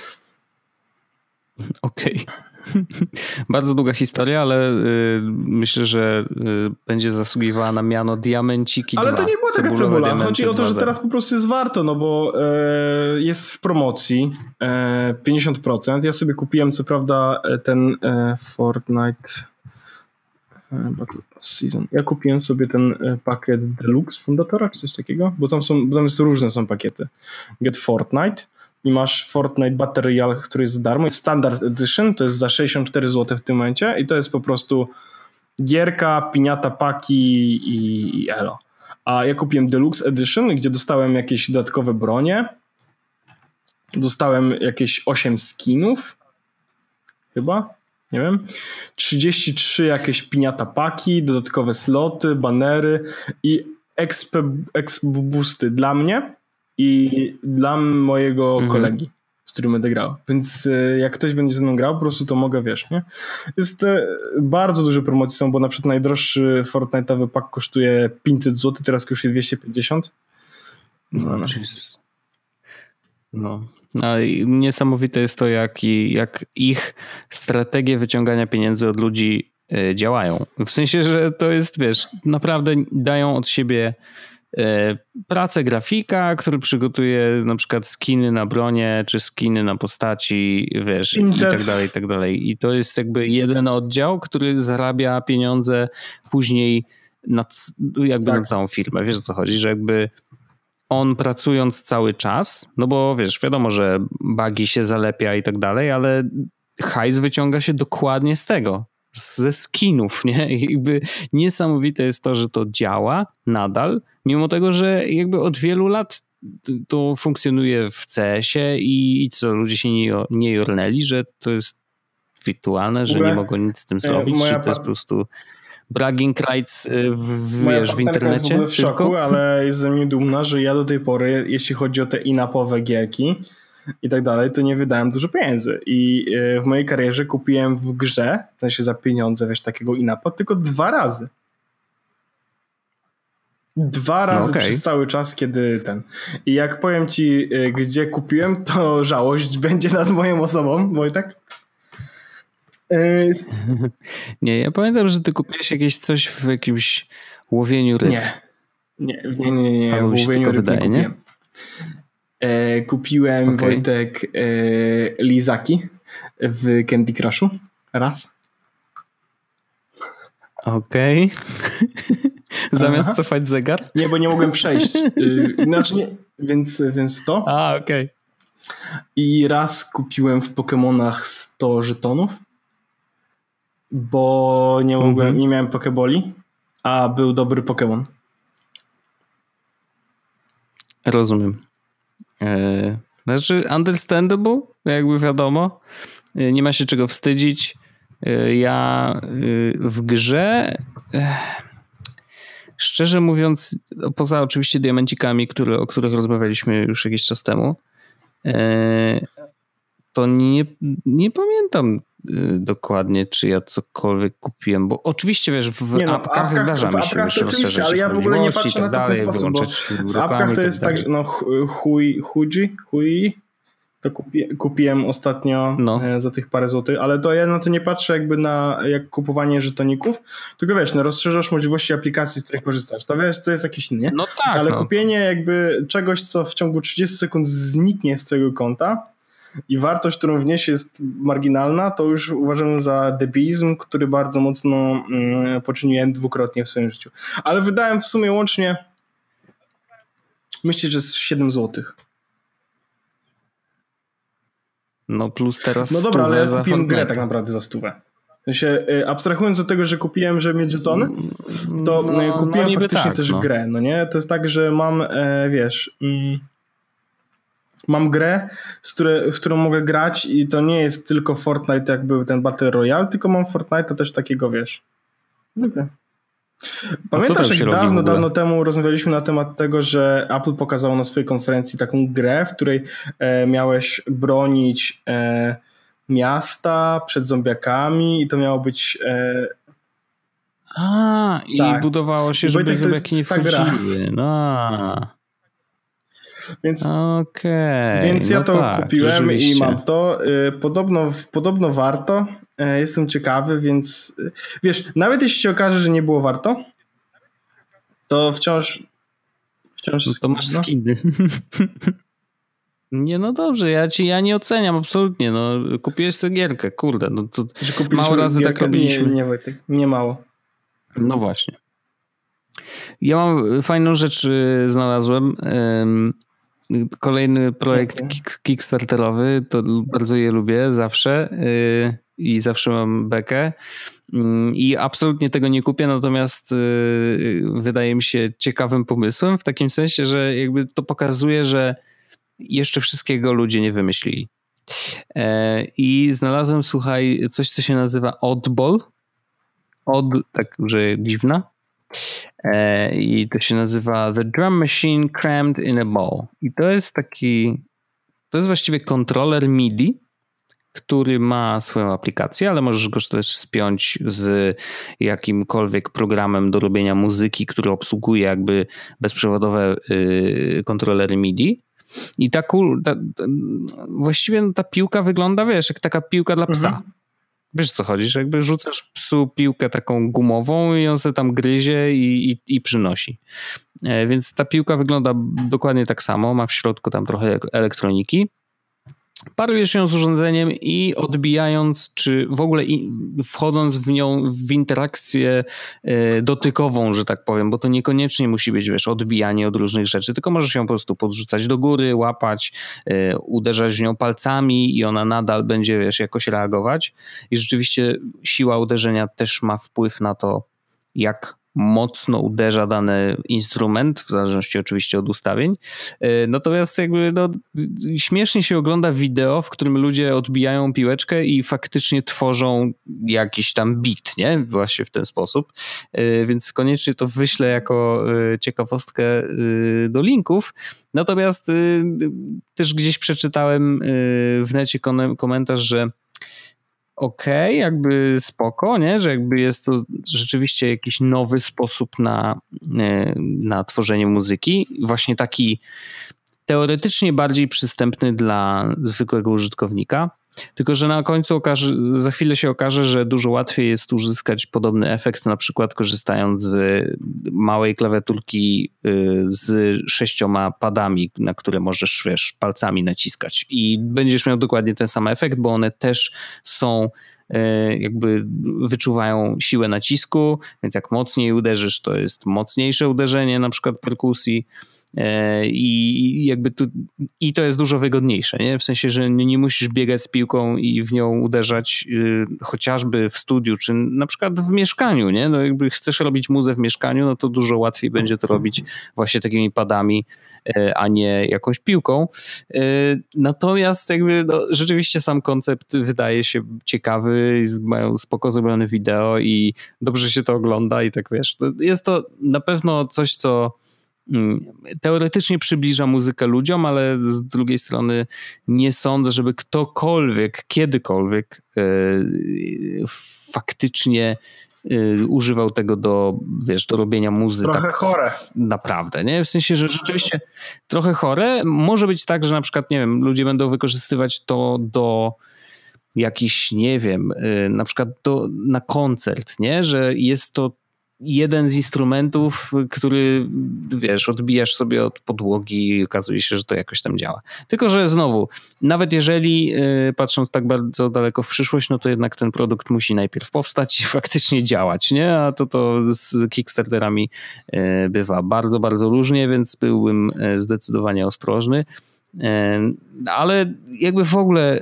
Okej. Bardzo długa historia, ale myślę, że będzie zasługiwała na miano Diamenciki 2. Ale to nie była taka cebula. Chodzi o to, że teraz po prostu jest warto, no bo jest w promocji 50%. Ja sobie kupiłem co prawda ten Fortnite Battle Season. Ja kupiłem sobie ten pakiet Deluxe Fundatora, czy coś takiego, bo tam różne pakiety. Get Fortnite i masz Fortnite Battle Royale, który jest za darmo. Standard Edition to jest za 64 zł w tym momencie i to jest po prostu gierka, piniata, paki i elo. A ja kupiłem Deluxe Edition, gdzie dostałem jakieś dodatkowe bronie. Dostałem jakieś 8 skinów. Chyba? Nie wiem. 33 jakieś piniata paki, dodatkowe sloty, banery i exp boosty dla mnie i dla mojego kolegi, z którym będę grał. Więc jak ktoś będzie ze mną grał, po prostu to mogę, wiesz, nie? Jest bardzo duże promocje są, bo na przykład najdroższy Fortnite'owy pak kosztuje 500 zł, teraz kosztuje 250. No. A niesamowite jest to, jak ich strategie wyciągania pieniędzy od ludzi działają. W sensie, że to jest, wiesz, naprawdę dają od siebie pracę grafika, który przygotuje na przykład skiny na bronie, czy skiny na postaci, wiesz, i tak dalej, i tak dalej. I to jest jakby jeden oddział, który zarabia pieniądze później na całą firmę. Wiesz, o co chodzi? Że jakby on pracując cały czas, no bo wiesz, wiadomo, że bugi się zalepia i tak dalej, ale hajs wyciąga się dokładnie z tego. Ze skinów, nie? I jakby niesamowite jest to, że to działa nadal, mimo tego, że jakby od wielu lat to funkcjonuje w CS-ie i co, ludzie się nie jornęli, że to jest wirtualne, że nie mogą nic z tym zrobić, że to jest po prostu bragging rights w internecie. Jest w ogóle w szoku, ale jest ze mnie dumna, że ja do tej pory, jeśli chodzi o te in-apowe gierki i tak dalej, to nie wydałem dużo pieniędzy. I w mojej karierze kupiłem w grze, w sensie za pieniądze, wiesz, takiego in-apa, tylko 2 razy. 2 razy przez cały czas, kiedy ten. I jak powiem ci, gdzie kupiłem, to żałość będzie nad moją osobą, Wojtek. Nie, ja pamiętam, że ty kupiłeś jakieś coś w jakimś łowieniu ryb. Nie. W łowieniu ryb wydaje, nie kupiłem. Kupiłem, Wojtek, lizaki w Candy Crushu. Raz. Okej. Zamiast cofać zegar? Nie, bo nie mogłem przejść. Znaczy nie, więc to. Okej. I raz kupiłem w Pokémonach 100 żetonów, bo nie miałem pokeboli, a był dobry Pokémon. Rozumiem. Znaczy understandable, jakby wiadomo. Nie ma się czego wstydzić. Ja w grze szczerze mówiąc, poza oczywiście diamencikami, o których rozmawialiśmy już jakiś czas temu, to nie pamiętam dokładnie, czy ja cokolwiek kupiłem, bo oczywiście, wiesz, w apkach zdarza mi się rozszerzyć, ale ja w ogóle nie patrzę na to w ten sposób, bo w apkach to jest tak, że to kupiłem ostatnio za tych parę złotych, ale to ja na to nie patrzę jakby na jak kupowanie żetoników, tylko wiesz, rozszerzasz możliwości aplikacji, z których korzystasz. To wiesz, to jest jakieś inne, no tak, ale kupienie jakby czegoś, co w ciągu 30 sekund zniknie z twojego konta i wartość, którą wniesie, jest marginalna, to już uważam za debilizm, który bardzo mocno poczyniłem dwukrotnie w swoim życiu. Ale wydałem w sumie łącznie, myślę, że z 7 złotych. No plus teraz. No dobra, ale ja kupiłem grę tak naprawdę za 100. Abstrahując od tego, że kupiłem, żeby mieć żetony, to kupiłem faktycznie też grę, no nie? To jest tak, że mam, mam grę, w którą mogę grać i to nie jest tylko Fortnite, jak był ten Battle Royale, tylko mam Fortnite'a też takiego, wiesz. Okay. Pamiętasz, jak dawno temu rozmawialiśmy na temat tego, że Apple pokazało na swojej konferencji taką grę, w której miałeś bronić miasta przed zombiakami i to miało być... i budowało się, żeby zombiaki nie wchodziły. Więc ja to kupiłem i mam to. Podobno warto. Jestem ciekawy, więc wiesz, nawet jeśli się okaże, że nie było warto, to wciąż to masz skiny. Nie, no dobrze, ja nie oceniam absolutnie. No, kupiłeś sobie gierkę, kurde. No to mało razy tak robiliśmy. Nie mało. No właśnie. Ja mam fajną rzecz, znalazłem. Kolejny projekt kickstarterowy, to bardzo je lubię zawsze i zawsze mam bekę i absolutnie tego nie kupię, natomiast wydaje mi się ciekawym pomysłem w takim sensie, że jakby to pokazuje, że jeszcze wszystkiego ludzie nie wymyślili. I znalazłem, słuchaj, coś, co się nazywa Oddball. Tak, że dziwna. I to się nazywa The Drum Machine Crammed in a Ball. I to jest właściwie kontroler MIDI, który ma swoją aplikację, ale możesz go też spiąć z jakimkolwiek programem do robienia muzyki, który obsługuje jakby bezprzewodowe kontrolery MIDI. I właściwie ta piłka wygląda, wiesz, jak taka piłka dla psa. Wiesz co chodzi, że jakby rzucasz psu piłkę taką gumową i on sobie tam gryzie i przynosi. Więc ta piłka wygląda dokładnie tak samo, ma w środku tam trochę elektroniki. Parujesz ją z urządzeniem i odbijając, czy w ogóle wchodząc w nią w interakcję dotykową, że tak powiem, bo to niekoniecznie musi być, wiesz, odbijanie od różnych rzeczy, tylko możesz ją po prostu podrzucać do góry, łapać, uderzać w nią palcami i ona nadal będzie, wiesz, jakoś reagować. I rzeczywiście siła uderzenia też ma wpływ na to, jak mocno uderza dany instrument, w zależności oczywiście od ustawień. Natomiast jakby śmiesznie się ogląda wideo, w którym ludzie odbijają piłeczkę i faktycznie tworzą jakiś tam beat, nie? Właśnie w ten sposób. Więc koniecznie to wyślę jako ciekawostkę do linków. Natomiast też gdzieś przeczytałem w necie komentarz, że okej, jakby spoko, nie? Że jakby jest to rzeczywiście jakiś nowy sposób na tworzenie muzyki. Właśnie taki teoretycznie bardziej przystępny dla zwykłego użytkownika. Tylko że na końcu za chwilę się okaże, że dużo łatwiej jest uzyskać podobny efekt, na przykład korzystając z małej klawiaturki z 6 padami, na które możesz, wiesz, palcami naciskać i będziesz miał dokładnie ten sam efekt, bo one też są jakby wyczuwają siłę nacisku, więc jak mocniej uderzysz, to jest mocniejsze uderzenie na przykład perkusji. I jakby i to jest dużo wygodniejsze, nie? W sensie, że nie musisz biegać z piłką i w nią uderzać chociażby w studiu, czy na przykład w mieszkaniu, nie? No jakby chcesz robić muzę w mieszkaniu, no to dużo łatwiej będzie to robić właśnie takimi padami, a nie jakąś piłką. Natomiast jakby rzeczywiście sam koncept wydaje się ciekawy, mają spoko zrobione wideo i dobrze się to ogląda i tak wiesz, jest to na pewno coś, co teoretycznie przybliża muzykę ludziom, ale z drugiej strony nie sądzę, żeby ktokolwiek, kiedykolwiek faktycznie używał tego do robienia muzyki. Trochę tak chore. Naprawdę, nie? W sensie, że rzeczywiście trochę chore. Może być tak, że na przykład, nie wiem, ludzie będą wykorzystywać to do jakichś, nie wiem, na przykład na koncert, nie? Że jest to jeden z instrumentów, który, wiesz, odbijasz sobie od podłogi i okazuje się, że to jakoś tam działa. Tylko że znowu, nawet jeżeli patrząc tak bardzo daleko w przyszłość, no to jednak ten produkt musi najpierw powstać i faktycznie działać, nie? A to z Kickstarterami bywa bardzo, bardzo różnie, więc byłbym zdecydowanie ostrożny. Ale jakby w ogóle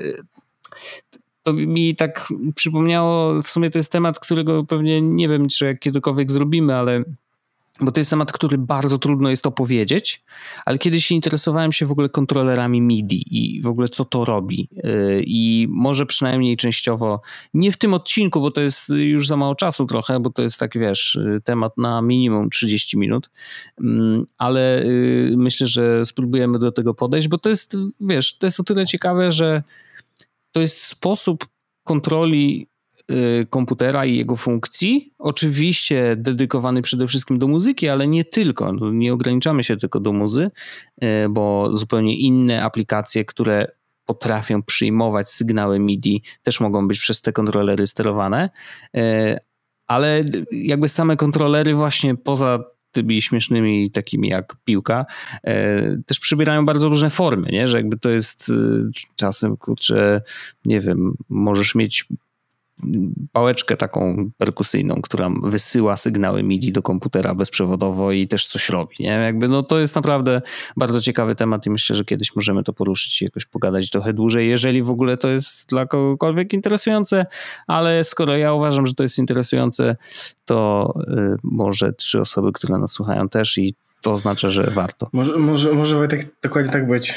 to mi tak przypomniało, w sumie to jest temat, którego pewnie nie wiem, czy kiedykolwiek zrobimy, ale bo to jest temat, który bardzo trudno jest opowiedzieć, ale kiedyś interesowałem się w ogóle kontrolerami MIDI i w ogóle co to robi i może przynajmniej częściowo, nie w tym odcinku, bo to jest już za mało czasu trochę, bo to jest tak, wiesz, temat na minimum 30 minut, ale myślę, że spróbujemy do tego podejść, bo to jest, wiesz, to jest o tyle ciekawe, że to jest sposób kontroli komputera i jego funkcji. Oczywiście dedykowany przede wszystkim do muzyki, ale nie tylko. Nie ograniczamy się tylko do muzy, bo zupełnie inne aplikacje, które potrafią przyjmować sygnały MIDI, też mogą być przez te kontrolery sterowane. Ale jakby same kontrolery właśnie poza tymi śmiesznymi takimi jak piłka, też przybierają bardzo różne formy, nie? Że jakby to jest czasem, kurczę, nie wiem, możesz mieć pałeczkę taką perkusyjną, która wysyła sygnały MIDI do komputera bezprzewodowo i też coś robi, nie? Jakby no to jest naprawdę bardzo ciekawy temat i myślę, że kiedyś możemy to poruszyć i jakoś pogadać trochę dłużej, jeżeli w ogóle to jest dla kogokolwiek interesujące, ale skoro ja uważam, że to jest interesujące, to może 3 osoby, które nas słuchają też i to oznacza, że warto. Może Wojtek, dokładnie tak być.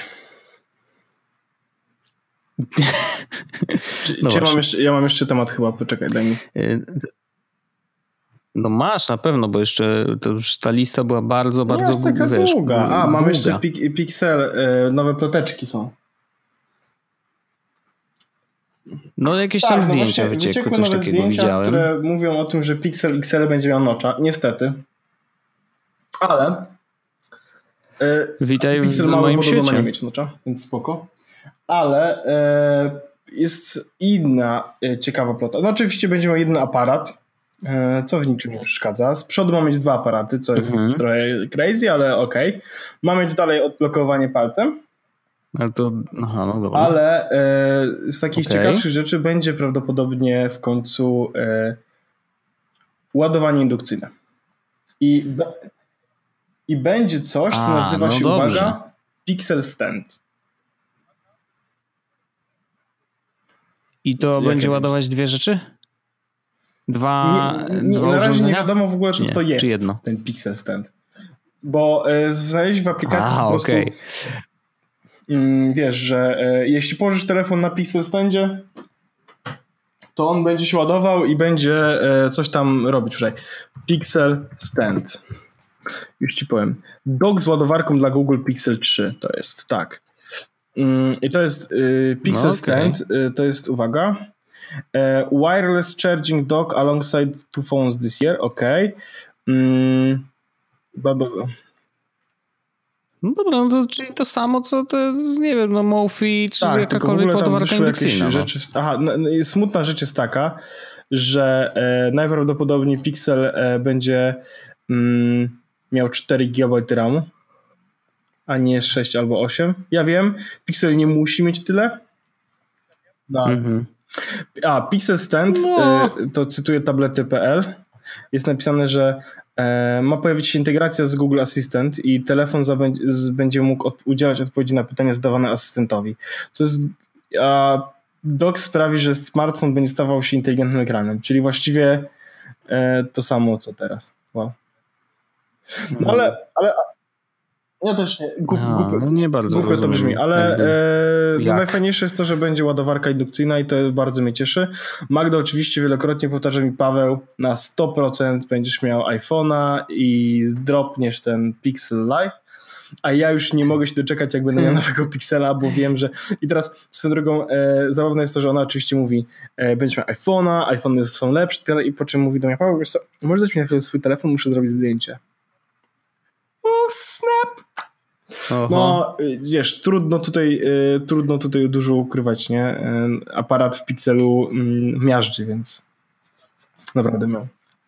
No ja mam jeszcze temat chyba, poczekaj, daj mi. No masz na pewno, bo jeszcze ta lista była bardzo, bardzo jest taka długa. Mam jeszcze Pixel, nowe ploteczki są. No jakieś tam zdjęcia wyciekły, coś takiego zdjęcia, widziałem. Które mówią o tym, że Pixel XL będzie miał notcha. Niestety. Ale witaj Pixel w moim świecie. ma nie mieć notcha, więc spoko. Ale jest inna ciekawa plota. No oczywiście będzie miał jeden aparat, co w niczym nie przeszkadza. Z przodu ma mieć 2 aparaty, co jest trochę crazy, ale okej. Ma mieć dalej odblokowanie palcem. Ale to, no dobra. Ale z takich ciekawszych rzeczy będzie prawdopodobnie w końcu ładowanie indukcyjne. I będzie coś, co nazywa się, uwaga, Pixel Stand. I to będzie ładować 2 rzeczy? Dwa na razie nie wiadomo w ogóle, co to jest, jedno? ten Pixel Stand. Bo znaleźli w aplikacji po prostu... Wiesz, że jeśli położysz telefon na Pixel Standzie, to on będzie się ładował i będzie coś tam robić. Pixel Stand. Już ci powiem. Dock z ładowarką dla Google Pixel 3 to jest, tak. I to jest Pixel Stand, to jest, uwaga, wireless charging dock alongside 2 phones this year, No dobra, no czyli to samo, co te, nie wiem, no Mofi, czy jakakolwiek ładowarka indukcyjna. Rzeczy, smutna rzecz jest taka, że najprawdopodobniej Pixel będzie miał 4 GB RAMu, a nie 6 albo 8. Ja wiem, Pixel nie musi mieć tyle. No. Pixel Stand, to cytuję tablety.pl, jest napisane, że ma pojawić się integracja z Google Assistant i telefon będzie mógł udzielać odpowiedzi na pytania zadawane asystentowi. Co jest, dock sprawi, że smartfon będzie stawał się inteligentnym ekranem, czyli właściwie to samo, co teraz. Wow. No ale ja też nie. Nie bardzo głupio to brzmi, ale najfajniejsze jest to, że będzie ładowarka indukcyjna i to bardzo mnie cieszy. Magda oczywiście wielokrotnie powtarza mi, Paweł, na 100% będziesz miał iPhone'a i zdropniesz ten Pixel Live, a ja już nie mogę się doczekać, jak będę miał nowego Pixela, bo wiem, że... I teraz swoją drogą zabawne jest to, że ona oczywiście mówi, będziesz miał iPhone'a, iPhone'y są lepsze, i po czym mówi do mnie, Paweł, wiesz co, możesz dać mi na chwilę swój telefon, muszę zrobić zdjęcie. O, snap! Oho. No, wiesz, trudno tutaj dużo ukrywać, nie? Aparat w Pixelu miażdży, więc naprawdę miał.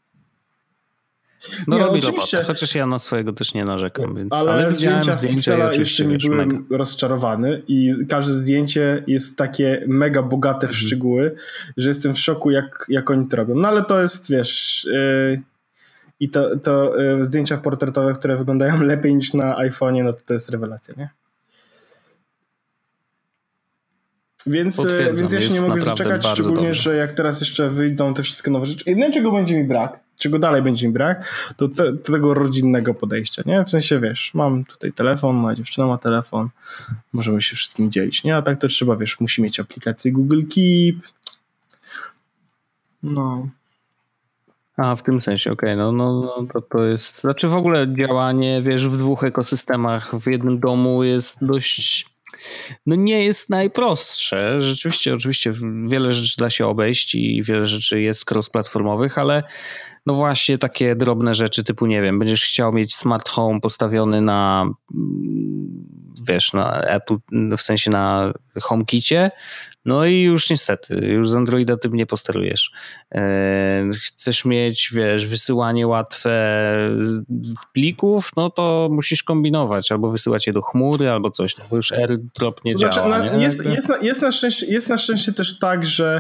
No robi oczywiście, chociaż ja na swojego też nie narzekam, więc ale zdjęcia z Pixela jeszcze nie byłem rozczarowany i każde zdjęcie jest takie mega bogate w szczegóły, że jestem w szoku, jak oni to robią. No ale to jest, wiesz... I to zdjęcia portretowe, które wyglądają lepiej niż na iPhone'ie, no to jest rewelacja, nie? Więc ja się nie mogę doczekać, szczególnie, dobrze. Że jak teraz jeszcze wyjdą te wszystkie nowe rzeczy. Jedyne, czego będzie mi brak, czego dalej będzie mi brak, to tego rodzinnego podejścia, nie? W sensie, wiesz, mam tutaj telefon, moja dziewczyna ma telefon, możemy się wszystkim dzielić, nie? A tak to trzeba, wiesz, musi mieć aplikację Google Keep. No... A, w tym sensie, okej, no to jest... Znaczy w ogóle działanie, wiesz, w 2 ekosystemach w jednym domu jest dość... No nie jest najprostsze. Rzeczywiście, oczywiście wiele rzeczy da się obejść i wiele rzeczy jest cross-platformowych, ale no właśnie takie drobne rzeczy typu, nie wiem, będziesz chciał mieć smart home postawiony na, wiesz, na Apple, w sensie na HomeKicie, no i już niestety, już z Androida tym nie posterujesz. Chcesz mieć, wiesz, wysyłanie łatwe plików, no to musisz kombinować, albo wysyłać je do chmury, albo coś, no bo już AirDrop nie działa. Nie? Jest na szczęście też tak, że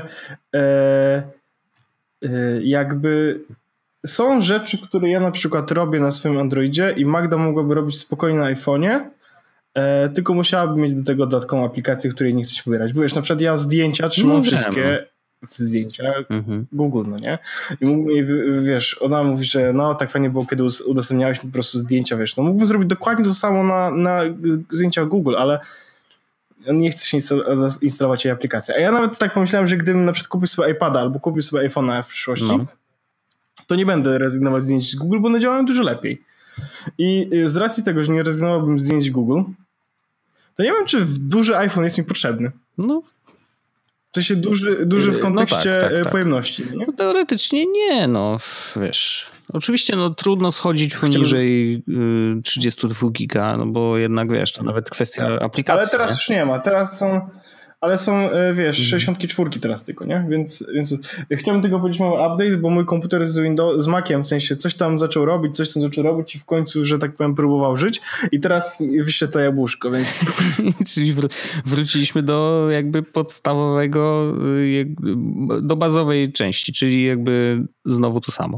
jakby są rzeczy, które ja na przykład robię na swoim Androidzie i Magda mogłaby robić spokojnie na iPhone'ie, tylko musiałaby mieć do tego dodatkową aplikację, której nie chce się pobierać. Bo wiesz, na przykład ja zdjęcia trzymam wszystkie w zdjęciach Google, no nie? I wiesz, ona mówi, że no tak fajnie było, kiedy udostępniałeś mi po prostu zdjęcia, wiesz, no mógłbym zrobić dokładnie to samo na zdjęciach Google, ale nie chce się instalować jej aplikacji. A ja nawet tak pomyślałem, że gdybym na przykład kupił sobie iPada albo kupił sobie iPhone'a w przyszłości, to nie będę rezygnować z zdjęć z Google, bo one działają dużo lepiej. I z racji tego, że nie rezygnowałbym z zdjęć Google, to nie wiem, czy duży iPhone jest mi potrzebny. No. W sensie duży w kontekście pojemności. Nie? No, teoretycznie nie, no wiesz. Oczywiście no, trudno schodzić poniżej 32 giga, no bo jednak wiesz, to nawet kwestia aplikacji. Ale teraz już nie ma. Teraz są... ale są, wiesz, 64 teraz tylko, nie? Więc chciałbym tylko powiedzieć mały update, bo mój komputer z Maciem, w sensie coś tam zaczął robić i w końcu, że tak powiem, próbował żyć i teraz wyświetla jabłuszko, więc... Czyli wróciliśmy do jakby podstawowego, do bazowej części, czyli jakby znowu to samo.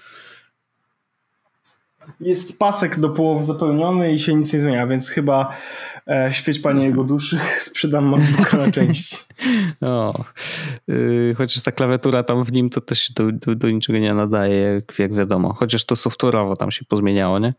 Jest pasek do połowy zapełniony i się nic nie zmienia, więc chyba świeć Panie jego duszy, sprzedam MacBooka na części. Chociaż ta klawiatura tam w nim to też się do niczego nie nadaje, jak wiadomo. Chociaż to software'owo tam się pozmieniało, nie?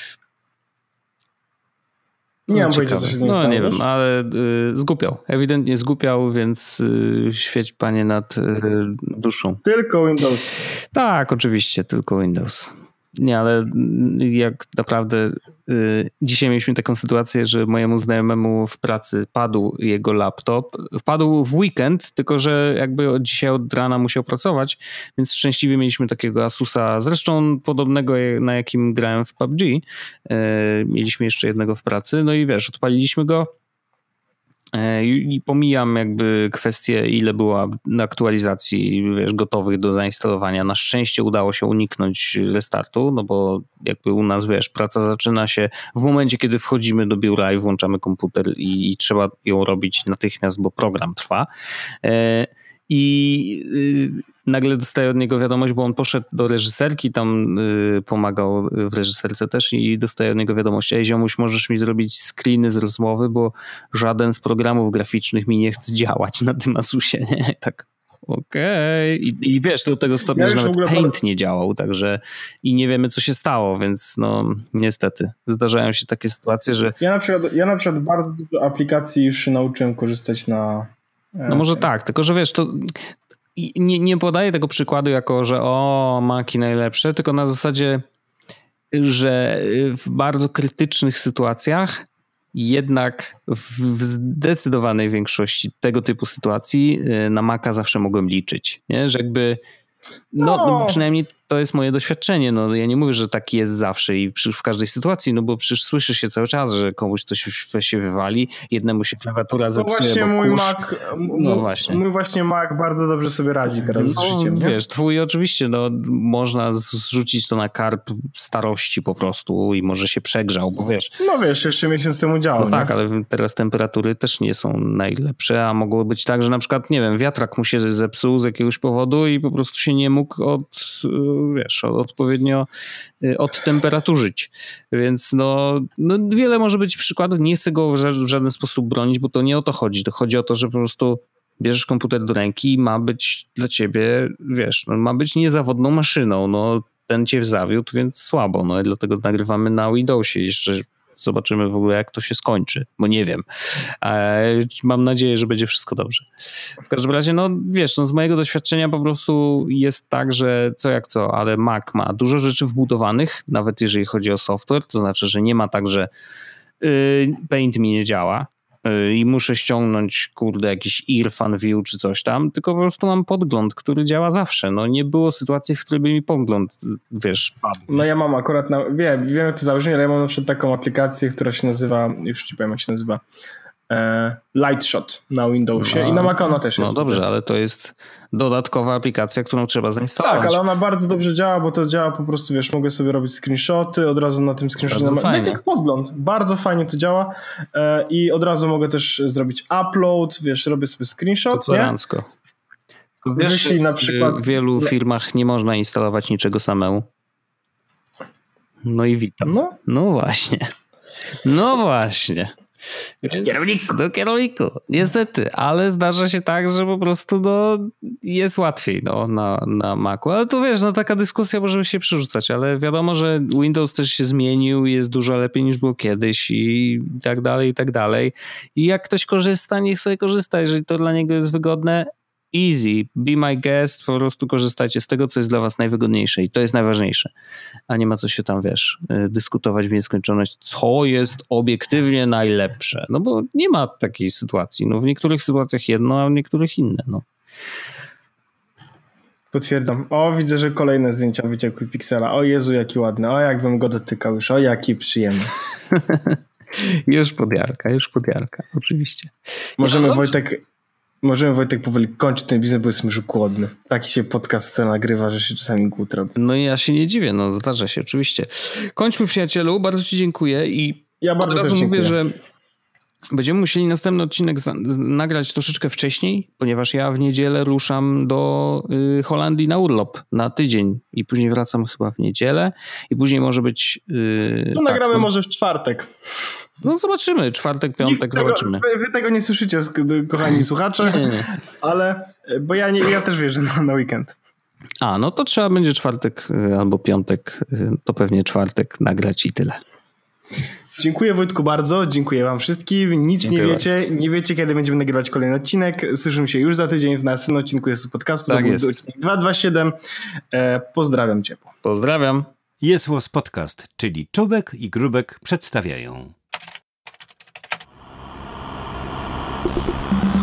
Nie mam pojęcia, co się z nim stało. Nie wiem, ale zgłupiał. Ewidentnie zgłupiał, więc świeć Panie nad duszą. Tylko Windows. Tak, oczywiście, tylko Windows. Nie, ale jak naprawdę dzisiaj mieliśmy taką sytuację, że mojemu znajomemu w pracy padł jego laptop. Wpadł w weekend, tylko że jakby dzisiaj od rana musiał pracować, więc szczęśliwie mieliśmy takiego Asusa, zresztą podobnego na jakim grałem w PUBG. Mieliśmy jeszcze jednego w pracy, no i wiesz, odpaliliśmy go. I pomijam jakby kwestię, ile było aktualizacji, wiesz, gotowych do zainstalowania. Na szczęście udało się uniknąć restartu, no bo jakby u nas, wiesz, praca zaczyna się w momencie, kiedy wchodzimy do biura i włączamy komputer i trzeba ją robić natychmiast, bo program trwa. I nagle dostaję od niego wiadomość, bo on poszedł do reżyserki, tam pomagał w reżyserce też i dostaję od niego wiadomość: ej ziomuś, możesz mi zrobić screeny z rozmowy, bo żaden z programów graficznych mi nie chce działać na tym Asusie, nie? Tak, okej. I wiesz, do tego stopnia, że nawet Paint nie działał, także i nie wiemy, co się stało, więc no niestety zdarzają się takie sytuacje, że... Ja na przykład bardzo dużo aplikacji już się nauczyłem korzystać na... No może tak, tylko że wiesz, to nie podaję tego przykładu jako, że Maci najlepsze, tylko na zasadzie, że w bardzo krytycznych sytuacjach jednak w zdecydowanej większości tego typu sytuacji na Maca zawsze mogłem liczyć, nie? Że jakby no przynajmniej to jest moje doświadczenie. No, ja nie mówię, że tak jest zawsze i w każdej sytuacji, no bo przecież słyszy się cały czas, że komuś coś się wywali, jednemu się klawiatura zepsuje, właśnie mój Mój właśnie Mac bardzo dobrze sobie radzi teraz z życiem. Nie? Wiesz, twój oczywiście, no można zrzucić to na karb starości po prostu i może się przegrzał, bo wiesz. No wiesz, jeszcze miesiąc temu działał. No tak, ale teraz temperatury też nie są najlepsze, a mogło być tak, że na przykład, nie wiem, wiatrak mu się zepsuł z jakiegoś powodu i po prostu się nie mógł odpowiednio odtemperaturzyć. Więc no wiele może być przykładów. Nie chcę go w żaden sposób bronić, bo to nie o to chodzi. To chodzi o to, że po prostu bierzesz komputer do ręki i ma być dla ciebie, wiesz, ma być niezawodną maszyną. No ten cię zawiódł, więc słabo. No i dlatego nagrywamy na Windowsie. Jeszcze zobaczymy w ogóle, jak to się skończy, bo nie wiem. Mam nadzieję, że będzie wszystko dobrze. W każdym razie, no wiesz, z mojego doświadczenia po prostu jest tak, że co jak co, ale Mac ma dużo rzeczy wbudowanych, nawet jeżeli chodzi o software, to znaczy, że nie ma tak, że Paint mi nie działa i muszę ściągnąć, jakiś Irfan View czy coś tam, tylko po prostu mam podgląd, który działa zawsze. No nie było sytuacji, w której by mi podgląd, wiesz, padł. No ja mam akurat, wiem jak to założenie, ale ja mam na przykład taką aplikację, która się nazywa, już ci powiem jak się nazywa, Lightshot na Windowsie i na Maca ona też jest. No dobrze, ale to jest dodatkowa aplikacja, którą trzeba zainstalować. Tak, ale ona bardzo dobrze działa, bo to działa po prostu, wiesz, mogę sobie robić screenshoty, od razu na tym screenshocie. Tak jak podgląd. Bardzo fajnie to działa i od razu mogę też zrobić upload, wiesz, robię sobie screenshot, nie? Wiesz, na przykład w wielu firmach nie można instalować niczego samemu. No i witam. No właśnie. Do kierowniku. Niestety, ale zdarza się tak, że po prostu jest łatwiej na Macu. Ale tu wiesz, taka dyskusja może się przerzucać, ale wiadomo, że Windows też się zmienił, jest dużo lepiej niż było kiedyś i tak dalej, i tak dalej. I jak ktoś korzysta, niech sobie korzysta. Jeżeli to dla niego jest wygodne, easy, be my guest, po prostu korzystajcie z tego, co jest dla was najwygodniejsze i to jest najważniejsze. A nie ma co się tam, wiesz, dyskutować w nieskończoność, co jest obiektywnie najlepsze. No bo nie ma takiej sytuacji. No w niektórych sytuacjach jedno, a w niektórych inne. No. Potwierdzam. Widzę, że kolejne zdjęcia wyciekły Pixela. O Jezu, jaki ładny. Jakbym go dotykał już. Jaki przyjemny. Już podjarka, oczywiście. Możemy, Wojtek... możemy, Wojtek, powoli kończyć ten biznes, bo jestem już głodny. Taki się podcast nagrywa, że się czasami głód robi. No i ja się nie dziwię, no zdarza się oczywiście. Kończmy, przyjacielu, bardzo ci dziękuję i ja bardzo od razu dziękuję. mówię, że będziemy musieli następny odcinek nagrać troszeczkę wcześniej, ponieważ ja w niedzielę ruszam do Holandii na urlop na tydzień i później wracam chyba w niedzielę i później może być... nagramy może w czwartek. No zobaczymy, czwartek, piątek zobaczymy. Wy tego nie słyszycie, kochani słuchacze, nie. Ale bo ja też wierzę na weekend. No to trzeba będzie czwartek albo piątek, to pewnie czwartek nagrać i tyle. Dziękuję, Wojtku, bardzo. Dziękuję wam wszystkim. Nic Dziękuję nie wiecie. bardzo. Nie wiecie, kiedy będziemy nagrywać kolejny odcinek. Słyszymy się już za tydzień w następnym odcinku jest podcastu. Tak to jest. był odcinek 227. Pozdrawiam ciepło. Pozdrawiam. Jest Łos Podcast, czyli Czubek i Grubek przedstawiają.